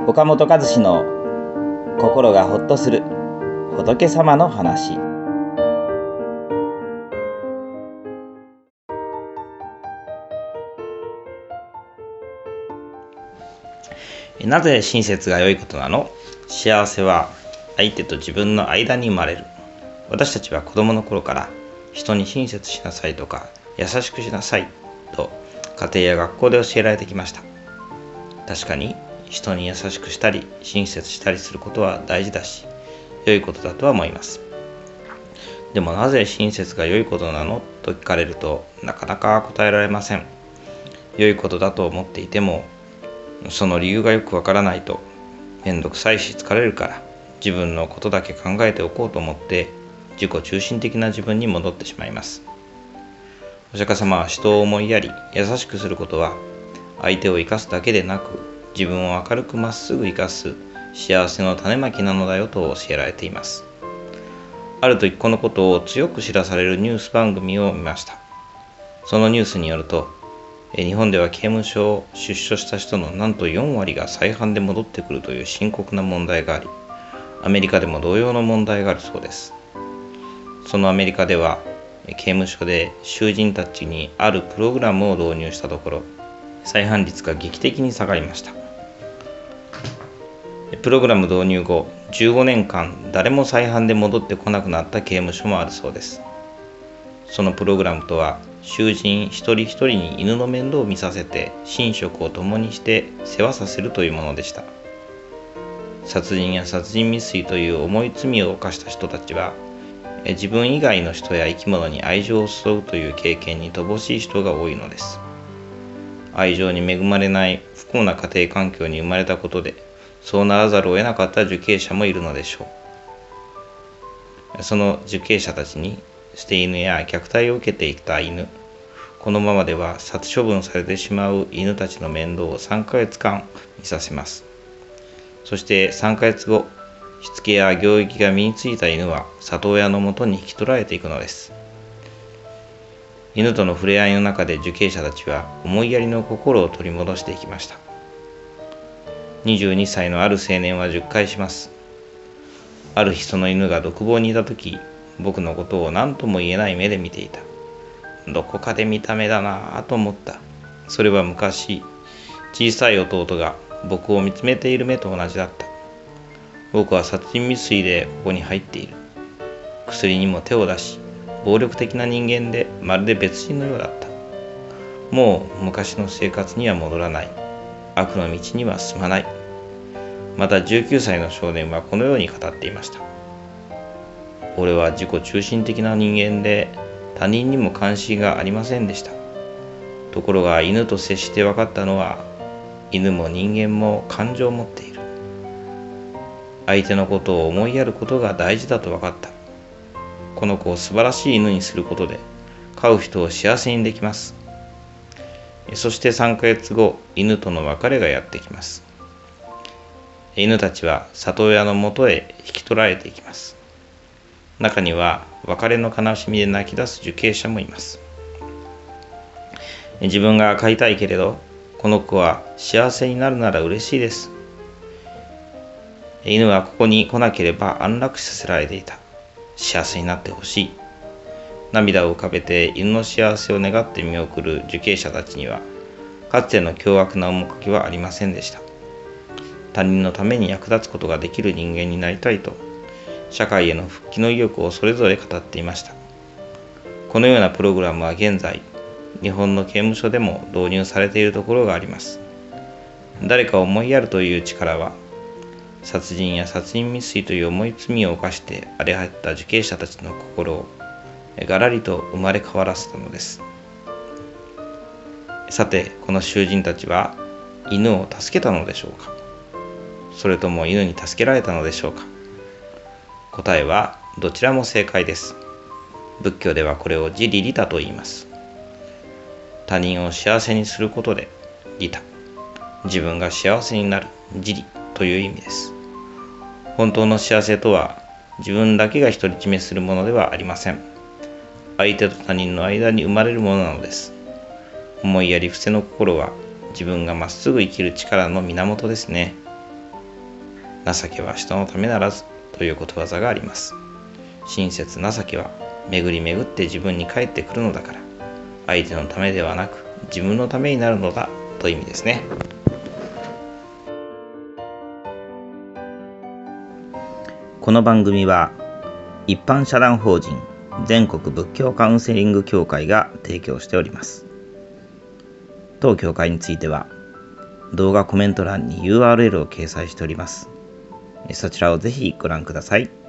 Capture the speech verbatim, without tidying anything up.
岡本和志の心がほっとする仏様の話。なぜ親切が良いことなの？幸せは相手と自分の間に生まれる。私たちは子供の頃から人に親切しなさいとか優しくしなさいと家庭や学校で教えられてきました。確かに人に優しくしたり親切したりすることは大事だし良いことだとは思います。でもなぜ親切が良いことなのと聞かれるとなかなか答えられません。良いことだと思っていてもその理由がよくわからないとめんどくさいし疲れるから自分のことだけ考えておこうと思って自己中心的な自分に戻ってしまいます。お釈迦様は人を思いやり優しくすることは相手を生かすだけでなく自分を明るくまっすぐ生かす幸せの種まきなのだよと教えられています。ある時このことを強く知らされるニュース番組を見ました。そのニュースによると日本では刑務所を出所した人のなんとよんわりが再犯で戻ってくるという深刻な問題があり、アメリカでも同様の問題があるそうです。そのアメリカでは刑務所で囚人たちにあるプログラムを導入したところ再犯率が劇的に下がりました。プログラム導入後じゅうごねんかん誰も再犯で戻ってこなくなった刑務所もあるそうです。そのプログラムとは囚人一人一人に犬の面倒を見させて寝食を共にして世話させるというものでした。殺人や殺人未遂という重い罪を犯した人たちは自分以外の人や生き物に愛情を注ぐという経験に乏しい人が多いのです。愛情に恵まれない不幸な家庭環境に生まれたことでそうならざるを得なかった受刑者もいるのでしょう。その受刑者たちに捨て犬や虐待を受けていた犬、このままでは殺処分されてしまう犬たちの面倒をさんかげつかん見させます。そしてさんかげつご、しつけや行儀が身についた犬は里親のもとに引き取られていくのです。犬との触れ合いの中で受刑者たちは思いやりの心を取り戻していきました。にじゅうにさいのある青年はじゅっかいします。ある日その犬が独房にいたとき、僕のことを何とも言えない目で見ていた。どこかで見た目だなぁと思った。それは昔、小さい弟が僕を見つめている目と同じだった。僕は殺人未遂でここに入っている。薬にも手を出し、暴力的な人間でまるで別人のようだった。もう昔の生活には戻らない。悪の道には進まない。またじゅうきゅうさいの少年はこのように語っていました。俺は自己中心的な人間で他人にも関心がありませんでした。ところが犬と接して分かったのは犬も人間も感情を持っている。相手のことを思いやることが大事だと分かった。この子を素晴らしい犬にすることで飼う人を幸せにできます。そしてさんかげつご、犬との別れがやってきます。犬たちは里親のもとへ引き取られていきます。中には別れの悲しみで泣き出す受刑者もいます。自分が飼いたいけれど、この子は幸せになるなら嬉しいです。犬はここに来なければ安楽死させられていた。幸せになってほしい。涙を浮かべて犬の幸せを願って見送る受刑者たちには、かつての凶悪な面影はありませんでした。他人のために役立つことができる人間になりたいと、社会への復帰の意欲をそれぞれ語っていました。このようなプログラムは現在、日本の刑務所でも導入されているところがあります。誰かを思いやるという力は、殺人や殺人未遂という重い罪を犯して荒れ果てた受刑者たちの心をがらりと生まれ変わらせたのです。さて、この囚人たちは犬を助けたのでしょうか？それとも犬に助けられたのでしょうか？答えはどちらも正解です。仏教ではこれを自利利他と言います。他人を幸せにすることで利他、自分が幸せになる自利という意味です。本当の幸せとは自分だけが独り占めするものではありません。相手と他人の間に生まれるものなのです。思いやり伏せの心は自分がまっすぐ生きる力の源ですね。 情けは人のためならずということわざがあります。親切な情けは巡り巡って自分に返ってくるのだから、相手のためではなく自分のためになるのだという意味ですね。この番組は一般社団法人全国仏教カウンセリング協会が提供しております。当協会については動画コメント欄に ユーアールエル を掲載しております。そちらをぜひご覧ください。